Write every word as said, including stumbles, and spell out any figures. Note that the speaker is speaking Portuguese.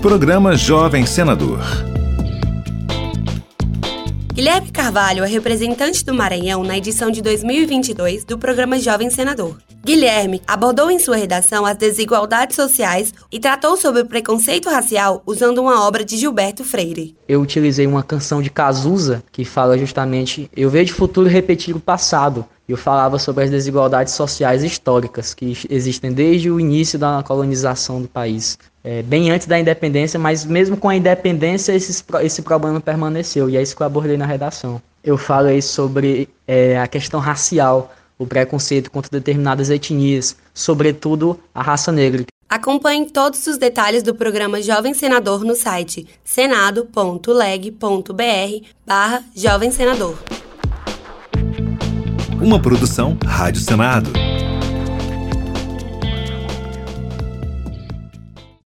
Programa Jovem Senador. Guilherme Carvalho é representante do Maranhão na edição de dois mil e vinte e dois do Programa Jovem Senador. Guilherme abordou em sua redação as desigualdades sociais e tratou sobre o preconceito racial usando uma obra de Gilberto Freire. Eu utilizei uma canção de Cazuza que fala justamente: eu vejo o futuro repetir o passado. Eu falava sobre as desigualdades sociais históricas que existem desde o início da colonização do país. É, bem antes da independência, mas mesmo com a independência esse, esse problema permaneceu, e é isso que eu abordei na redação. Eu falei sobre é, a questão racial, o preconceito contra determinadas etnias, sobretudo a raça negra. Acompanhe todos os detalhes do programa Jovem Senador no site senado ponto leg ponto br barra Jovem Senador. Uma produção Rádio Senado.